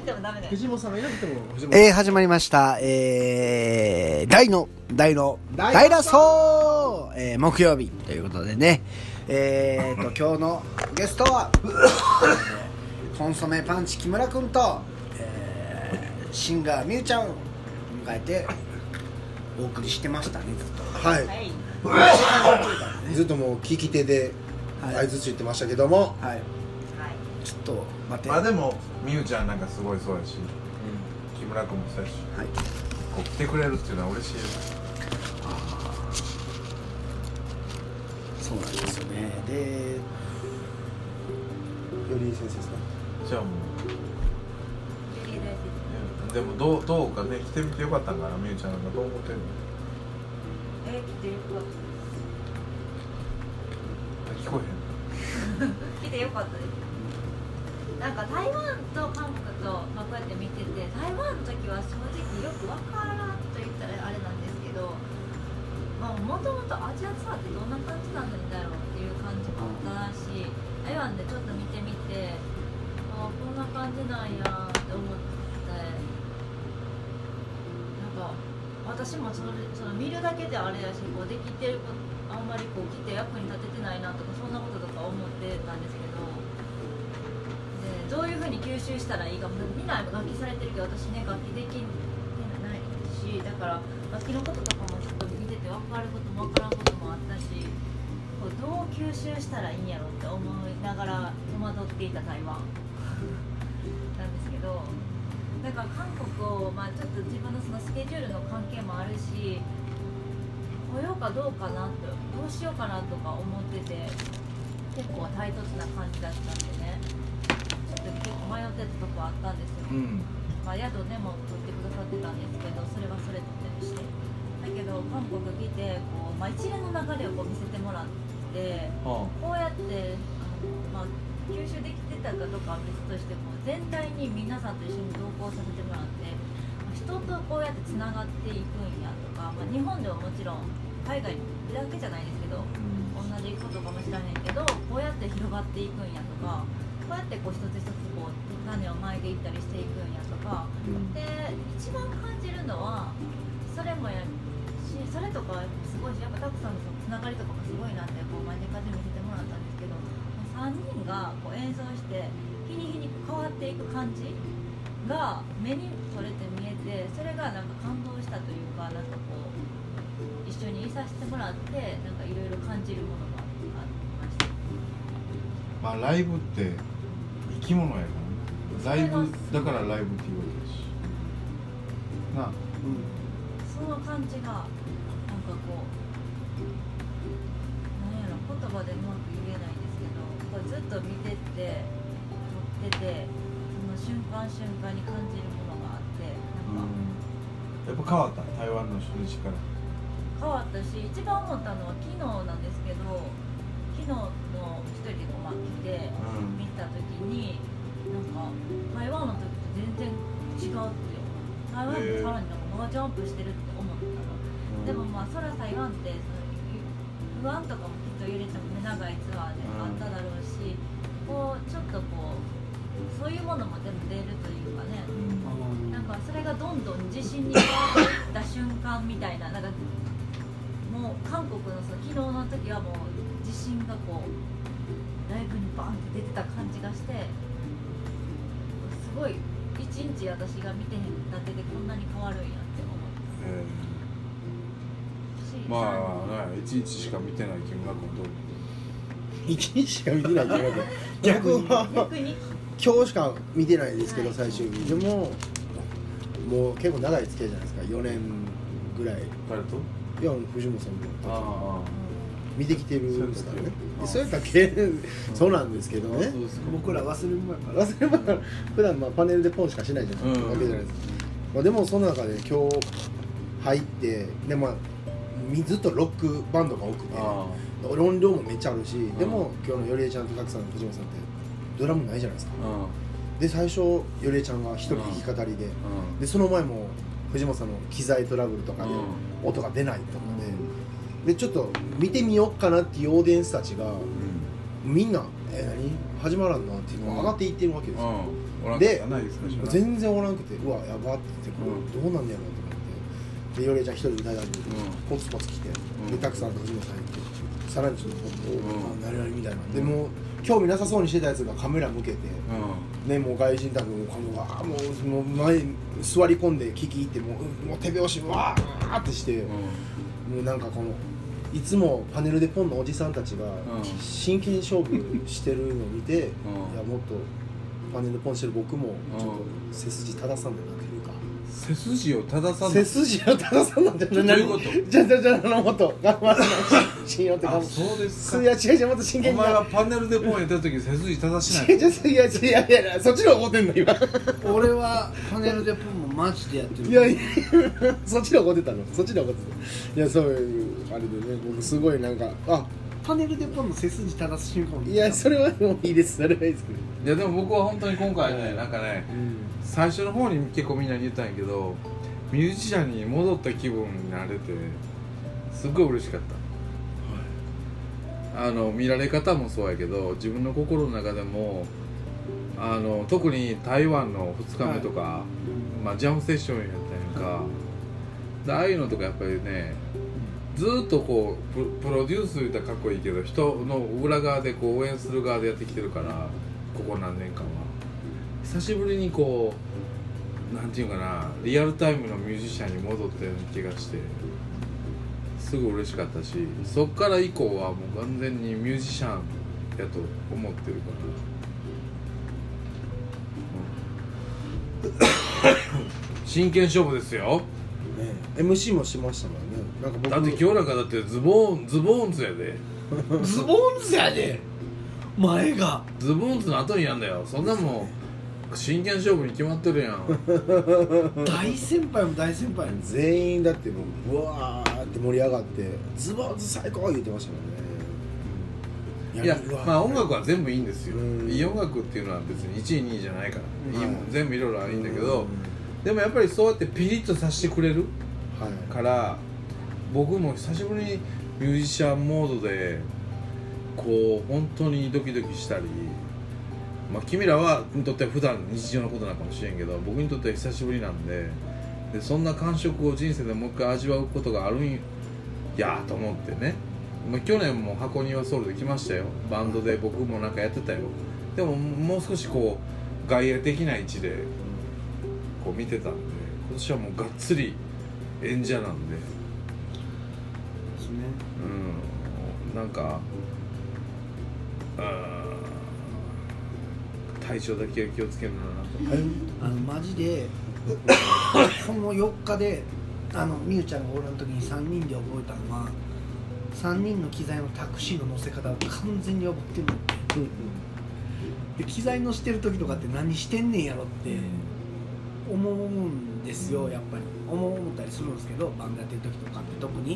てもダメだよ。 藤本さんがいなくても藤本さん始まりました。大の大ラソー、木曜日ということでね、今日のゲストは、コンソメパンチ木村くんと、シンガーみゆちゃんを迎えてお送りしてましたね、ずっと。 はい、 はい。 ずっともう聞き手ではい相づち言ってましたけども、 はい、 はい。 ちょっと待って。 まあでもみゆちゃんなんかすごいそうやし、木村君もそうやし、 はい、 こう来てくれるっていうのは嬉しいよ。 そうなんですよね。で、 より先生ですか。 じゃあもう、でもどうかね、来てみてよかったんかな。みゆちゃんなんかどう思ってんの？ 来てよかっ聞こえへん。 た。来てよかったです。なんか台湾と韓国と、こうやって見てて、台湾の時は正直よくわからんと言ったらあれなんですけど、もともとアジアツアーってどんな感じなんだろうっていう感じもあったし、台湾でちょっと見てみて、こんな感じなんやって思って、なんか私もその見るだけであれやし、こうできてることあんまりこう来て役に立ててないなとか、そんなこととか思ってたんですけど、でどういうふうに吸収したらいいかも、みんな楽器されてるけど、私ね楽器できないし、だから楽器のこととかもちょっと見てて分かることも分からんこともあったし、こうどう吸収したらいいんやろって思いながら戸惑っていた台湾なんですけど、だから韓国を、ちょっと自分のそのスケジュールの関係もあるし、来ようかどうかなって、どうしようかなとか思ってて、結構対突な感じだったんでね、ちょっと結構迷ってたとこあったんですよ。宿ねも取ってくださってたんですけど、それはそれとってしてだけど、韓国来てこう、一連の流れをこう見せてもらって、こうやって吸収できてたかどうかは別としても、全体に皆さんと一緒に同行させてもらって、人とこうやってつながっていくんやとか、日本ではもちろん海外だけじゃないですけど、同じことかもしれへんけど、こうやって広がっていくんやとか、こうやってこう一つ一つこう種をまいていったりしていくんやとか、で一番感じるのはそれもやし、それとかすごいし、やっぱたくさんのつながりとかもすごいなってこう間近で見せてもらったんですけど、3人がこう演奏して日に日に変わっていく感じが目に取れて見えて、それがなんか感動したというか、なんかこう一緒にいさせてもらって、なんかいろいろ感じるものがありました。 ライブって生き物やからね。ライブだからライブって言われるしな。 その感じがなんかこう、なんやろ、言葉でうまく言えないんですけど、こうずっと見てって撮ってて、その瞬間瞬間に感じるものがあって、なんかやっぱ変わった。台湾の初日から変わったし、一番思ったのは昨日なんですけど、昨日の一人で来て見た時に、なんか台湾の時と全然違うって思う。台湾ってさらになんかバージョンアップしてるって思ったの。でもそれは台湾って不安とかもきっと入れても長いツアーであっただろうし、こうちょっとこうそういうものも全部出るというかね、なんかそれがどんどん自信に変わっていった瞬間みたいな、なんかもう韓国の昨日の時はもう自信がこうライブにバンって出てた感じがして、すごい一日私が見てへんだけでこんなに変わるんやって思って。 1日しか見てない木村君どう？ 1日しか見てないじゃなくて、逆に今日しか見てないですけど、最終日でももう結構長い付き合いじゃないですか、4年ぐらい。 誰と？ いや、藤本さんも見てきてるんですからね。そうやったらそうなんですけどね。 僕ら忘れ物やから。 普段パネルでポンしかしないじゃないわけじゃないですか。でもその中で今日入ってで、ずっとロックバンドが多くて、音量もめっちゃあるし、でも今日のよりえちゃんとたくさんの藤本さんってドラムないじゃないですか。で最初よりえちゃんが一人弾き語りで、その前も藤本さんの機材トラブルとかで音が出ないとかでちょっと見てみようかなっていうオーディエンスたちがみんな何始まらんなっていうのが上がっていってるわけですよ、 おらんかっでたな、いつかしら全然おらんくてうわやばって言ってこれどうなんねやろうと思ってでヨレちゃん一人で大学にポツポツ来て、でたくさん藤本さん行ってさらにちょっとなるなるみたいな、でもう興味なさそうにしてたやつがカメラ向けて、ね、もう外人宅ももう前座り込んで聞き入ってもう手拍子わーってして、もうなんかこのいつもパネルでポンのおじさんたちが真剣勝負してるのを見て、いやもっとパネルでポンしてる僕もちょっと背筋正さんだなというか、 背筋を正さん背筋を正さんなんじゃどういうことじゃもっと頑張らない信用ってあ、そうですか。 いや違うもっと真剣にお前はパネルでポンやった時背筋正しないいやそっちの方怒ってんの今俺はパネルでポンもマジでやってる。 いやそっちで怒ってたのそっちで怒ってた。いやそういうあれでね僕すごいなんかパネルでポンの背筋正す瞬間を見た。 いやそれはもういいですそれはいいですけど、 いやでも僕は本当に今回ね、なんかね、最初の方に結構みんなに言ったんやけど、ミュージシャンに戻った気分になれてすっごい嬉しかった、見られ方もそうやけど自分の心の中でも特に台湾の2日目とか、ジャムセッションやったやんか、でああいうのとかやっぱりねずーっとこうプロデュース言ったらかっこいいけど人の裏側でこう応援する側でやってきてるから、ここ何年間は久しぶりにこうなんていうかな、リアルタイムのミュージシャンに戻ったような気がしてすごい嬉しかったし、そっから以降はもう完全にミュージシャンやと思ってるから、真剣勝負ですよ、 ね、MC もしましたもんね。なんか僕だって今日なんかだってズボーンズやでズボンズやで前がズボーンズの後にやんだよ、そんなもん真剣勝負に決まってるやん大先輩も大先輩全員だってもううわーって盛り上がってズボンズ最高言ってましたもんね。 いやうわまあ音楽は全部いいんですよ、 うんいい音楽っていうのは別に1位2位じゃないから、いいもん全部いろいろあるんだけど、 うんでもやっぱりそうやってピリッとさせてくれるはいから僕も久しぶりにミュージシャンモードでこう本当にドキドキしたり、君らはにとっては普段日常のことなのかもしれんけど僕にとっては久しぶりなんでそんな感触を人生でもう一回味わうことがあるんやと思ってね、去年も箱庭ソウルで来ましたよ、バンドで僕もなんかやってたよ。でももう少しこう外野的な位置でこう見てたんで、今年はもうがっつり演者なんで、 ですね。 なんか体調だけは気をつけるんだなと。 マジでこの4日でみゆちゃんがおらん時に3人で覚えたのは3人の機材のタクシーの乗せ方を完全に覚えてるの、で機材乗してる時とかって何してんねんやろって思うんですよ、やっぱり思ったりするんですけど、バンドやってる時とかって特に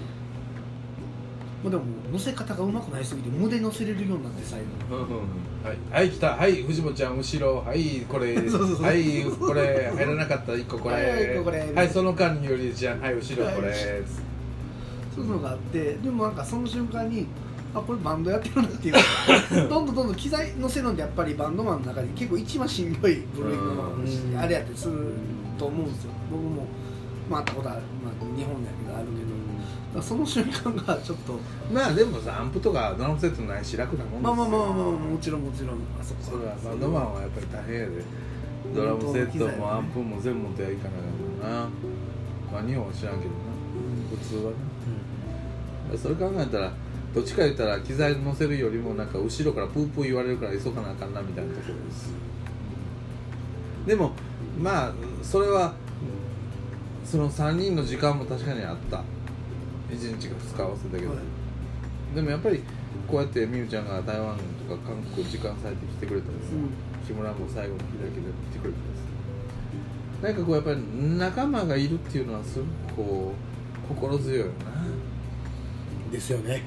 もうでも乗せ方が上手くなりすぎて無で乗せれるようになって最後はい来た、はい藤本ちゃん後ろ、はいこれそうはいこれ入らなかった1個これ、 はいこれはいその間によりちゃん、はい後ろこれ、 はいそういうのがあって、でもなんかその瞬間にこれバンドやってるなっていうどんどん機材乗せるのってやっぱりバンドマンの中で結構一番しんどい部類のあれやったりすると思うんですよ。僕も会ったことある、日本だけどあるけど、だからその瞬間がちょっとでもさアンプとかドラムセットないし楽なもんですよ。 もちろんそれはバンドマンはやっぱり大変やで、ドラムセットもアンプも全部持ってはいかないからな、日本は知らんけどな、普通はね、それ考えたらどっちか言ったら機材乗せるよりもなんか後ろからプープー言われるから急がなあかんなみたいなところです。でもそれはその3人の時間も確かにあった、1日か2日合わせたけど、でもやっぱりこうやってみゆちゃんが台湾とか韓国時間割いて来てくれたりさ、木村も最後の日だけで来てくれたりさ、なんかこうやっぱり仲間がいるっていうのはすごくこう心強いよなですよね。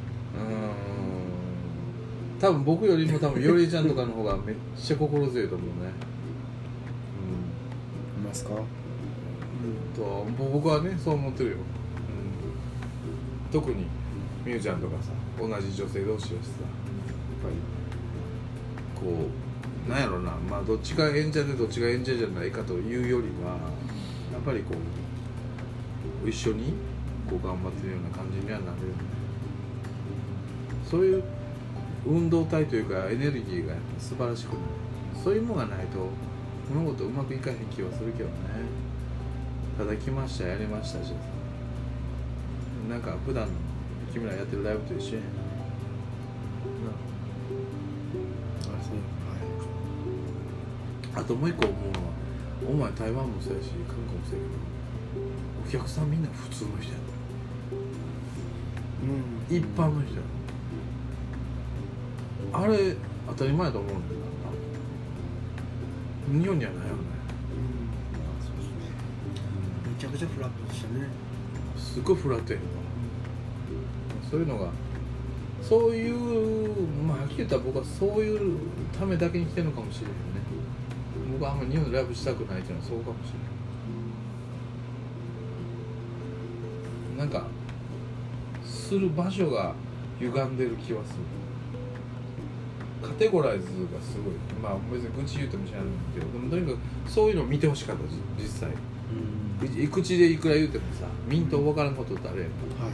多分僕よりもよりちゃんとかの方がめっちゃ心強いと思うね。 いますか？ 僕はねそう思ってるよ。特にみゆちゃんとかさ同じ女性同士だしさ、 ぱりこうなんやろな、まあどっちが演者でどっちが演者じゃないかというよりはやっぱりこう一緒にこう頑張ってるような感じにはなるよね。そういう運動体というかエネルギーがやっぱ素晴らしくない。そういうものがないと物事うまくいかへん気はするけどね。ただ来ましたやりましたじゃなんか普段の君らやってるライブと一緒やん。あともう一個思うのは、お前台湾もそうやし韓国もそうやけど、お客さんみんな普通の人やろ、一般の人やろ。あれ当たり前だと思うんだけど、日本にはないよね。 めちゃくちゃフラットでしたね。 すごいフラットやんか。そういうのが、そういう、まあはっきり言ったら僕はそういうためだけに来てるのかもしれないね。僕はあんまり日本でライブしたくないっていうのはそうかもしれない。なんかする場所が歪んでる気はする。カテゴライズがすごい、まあ別に愚痴言うてもしないんだけど、でもとにかくそういうのを見てほしかった。実際口でいくら言うてもさ、見んと分からんことってあるやんか、はい、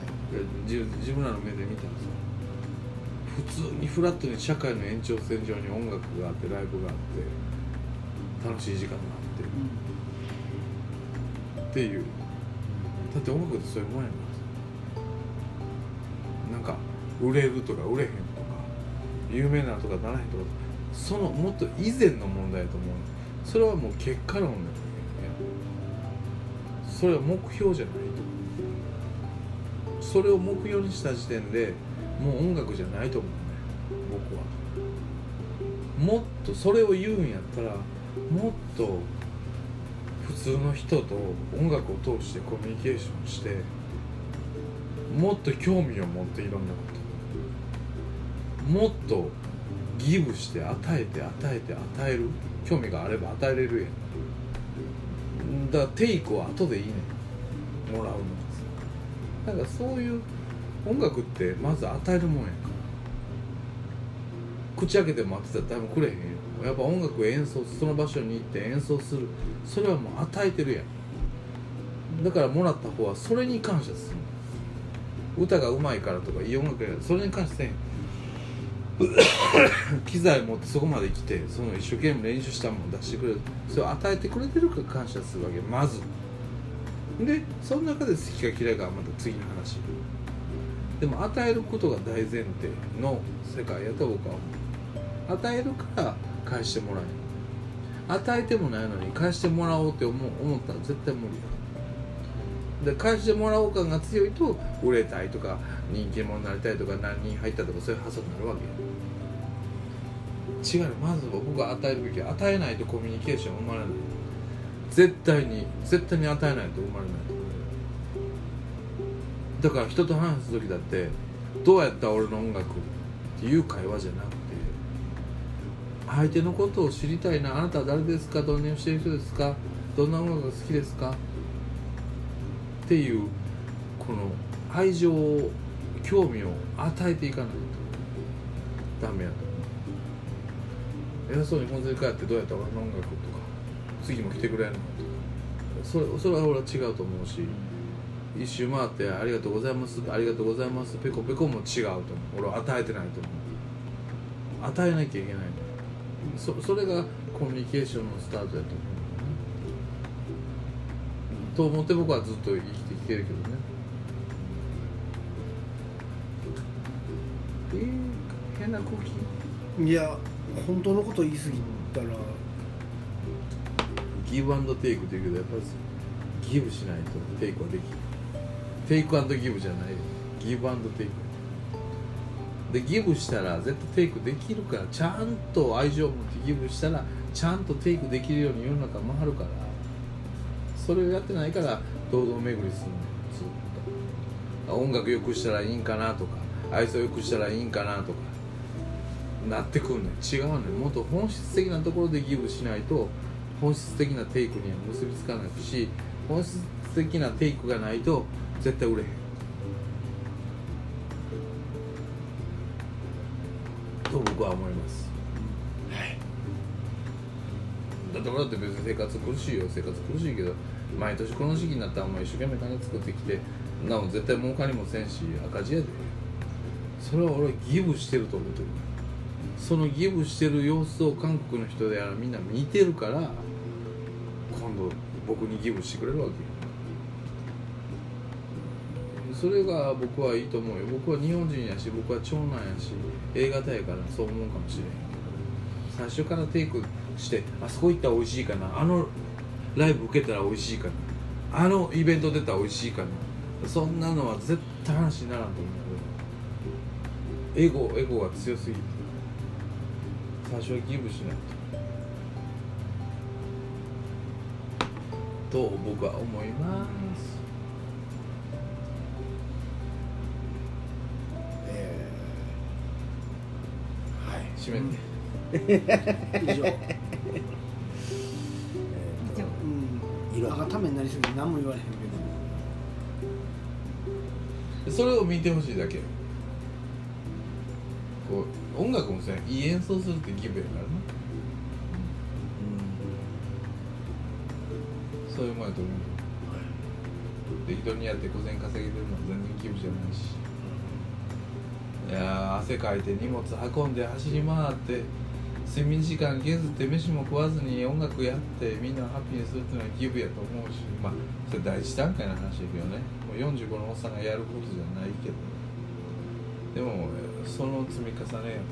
自分らの目で見たらさ、普通にフラットに社会の延長線上に音楽があってライブがあって楽しい時間があって、っていう、だって音楽ってそういうもんやからさ、なんか売れるとか売れへんとか有名なとかならへんとか、そのもっと以前の問題だと思う。それはもう結果論だよね。それは目標じゃないと。それを目標にした時点でもう音楽じゃないと思うね、僕は。もっとそれを言うんやったら、もっと普通の人と音楽を通してコミュニケーションして、もっと興味を持っていろんなこと、もっとギブして与えて与える、興味があれば与えれるやん。だからテイクは後でいいねん、もらうのがさ。だからそういう音楽ってまず与えるもんやんか。口開けて待ってたら誰もくれへんよ。やっぱ音楽を演奏、その場所に行って演奏する、それはもう与えてるやん。だからもらった方はそれに感謝する。歌がうまいからとかいい音楽やからそれに感謝せん。機材持ってそこまで来て、その一生懸命練習したものを出してくれる、それを与えてくれてるから感謝するわけ。まずで、その中で好きか嫌いかはまた次の話。でも与えることが大前提の世界やと僕は思う。与えるから返してもらえる。与えてもないのに返してもらおうって思ったら絶対無理や。で、返してもらおう感が強いと売れたいとか人気者になりたいとか何人入ったとかそういう発想になるわけよ。違う。まず僕は与えるべき。与えないとコミュニケーション生まれない。絶対に与えないと生まれないと思う。だから人と話す時だってどうやった俺の音楽っていう会話じゃなくて、相手のことを知りたいな。あなたは誰ですか、どんなにしてる人ですか、どんな音楽が好きですかっていうこの愛情を、興味を与えていかないとダメやと思う。偉そうに本当に帰ってどうやったら俺の音楽とか次も来てくれるのとか、それは俺は違うと思うし、一周回ってありがとうございますありがとうございますペコペコも違うと思う。俺は与えてないと思う。与えなきゃいけない。それがコミュニケーションのスタートだと思うと思って僕はずっと生きてきてるけどね。変な空気。 いや、本当のこと言い過ぎたらギブアンドテイクって言うけど、やっぱりギブしないとテイクはできない。テイクアンドギブじゃないよ。ギブアンドテイクで、ギブしたら絶対テイクできるから、ちゃんと愛情を持ってギブしたらちゃんとテイクできるように世の中回るから、それをやってないから堂々巡りするのよ。ずっと音楽良くしたらいいんかなとか、愛想良くしたらいいんかなとかなってくるね。違うね。もっと本質的なところでギブしないと本質的なテイクには結びつかないし、本質的なテイクがないと絶対売れへん。 と僕は思います、はい、だって別に生活苦しいよ、生活苦しいけど毎年この時期になったらお前一生懸命金作ってきてなお絶対儲かりもせんし赤字やで、それは俺はギブしてると思ってる。そのギブしてる様子を韓国の人でみんな見てるから今度僕にギブしてくれるわけよ。それが僕はいいと思うよ。僕は日本人やし僕は長男やし A 型やからそう思うかもしれんけど、最初からテイクしてあそこ行ったら美味しいかな、あのライブ受けたら美味しいかな、あのイベント出たら美味しいかな、そんなのは絶対話にならんと思う。エゴが強すぎて最初はギブしないと僕は思います。はい締めて、 以上色がためになりすぎて何も言われへんけど、 それを見てほしいだけ。こう音楽もさいい演奏するってギブやからな、そういうもんやと思う。適当にやって小銭稼げてるのは全然ギブじゃないし、いや汗かいて荷物運んで走り回って睡眠時間削って飯も食わずに音楽やってみんなをハッピーにするっていうのはギブやと思うし、まあそれ第一段階の話だけどね、もう45のおっさんがやることじゃないけど、でもその積み重ねやと思う。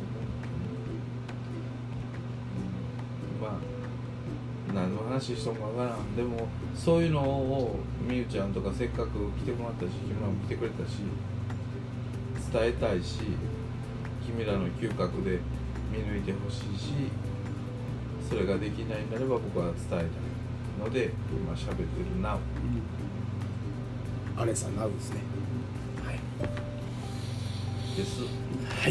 まあ何の話しとんかわからん。でもそういうのをみゆちゃんとかせっかく来てもらったし君らも来てくれたし伝えたいし、君らの嗅覚で見抜いてほしいし、それができないんであれば僕は伝えたいので今喋ってるなお、 アレさんなうですね。はいです。 はい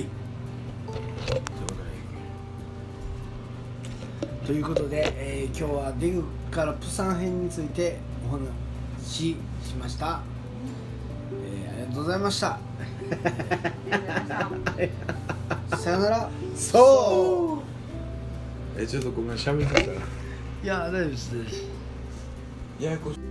ということで、今日はデグからプサン編についてお話ししました、ありがとうございましたさよなら。 そうちょっとごめん喋ったから。 いや大丈夫です。 ややこしい。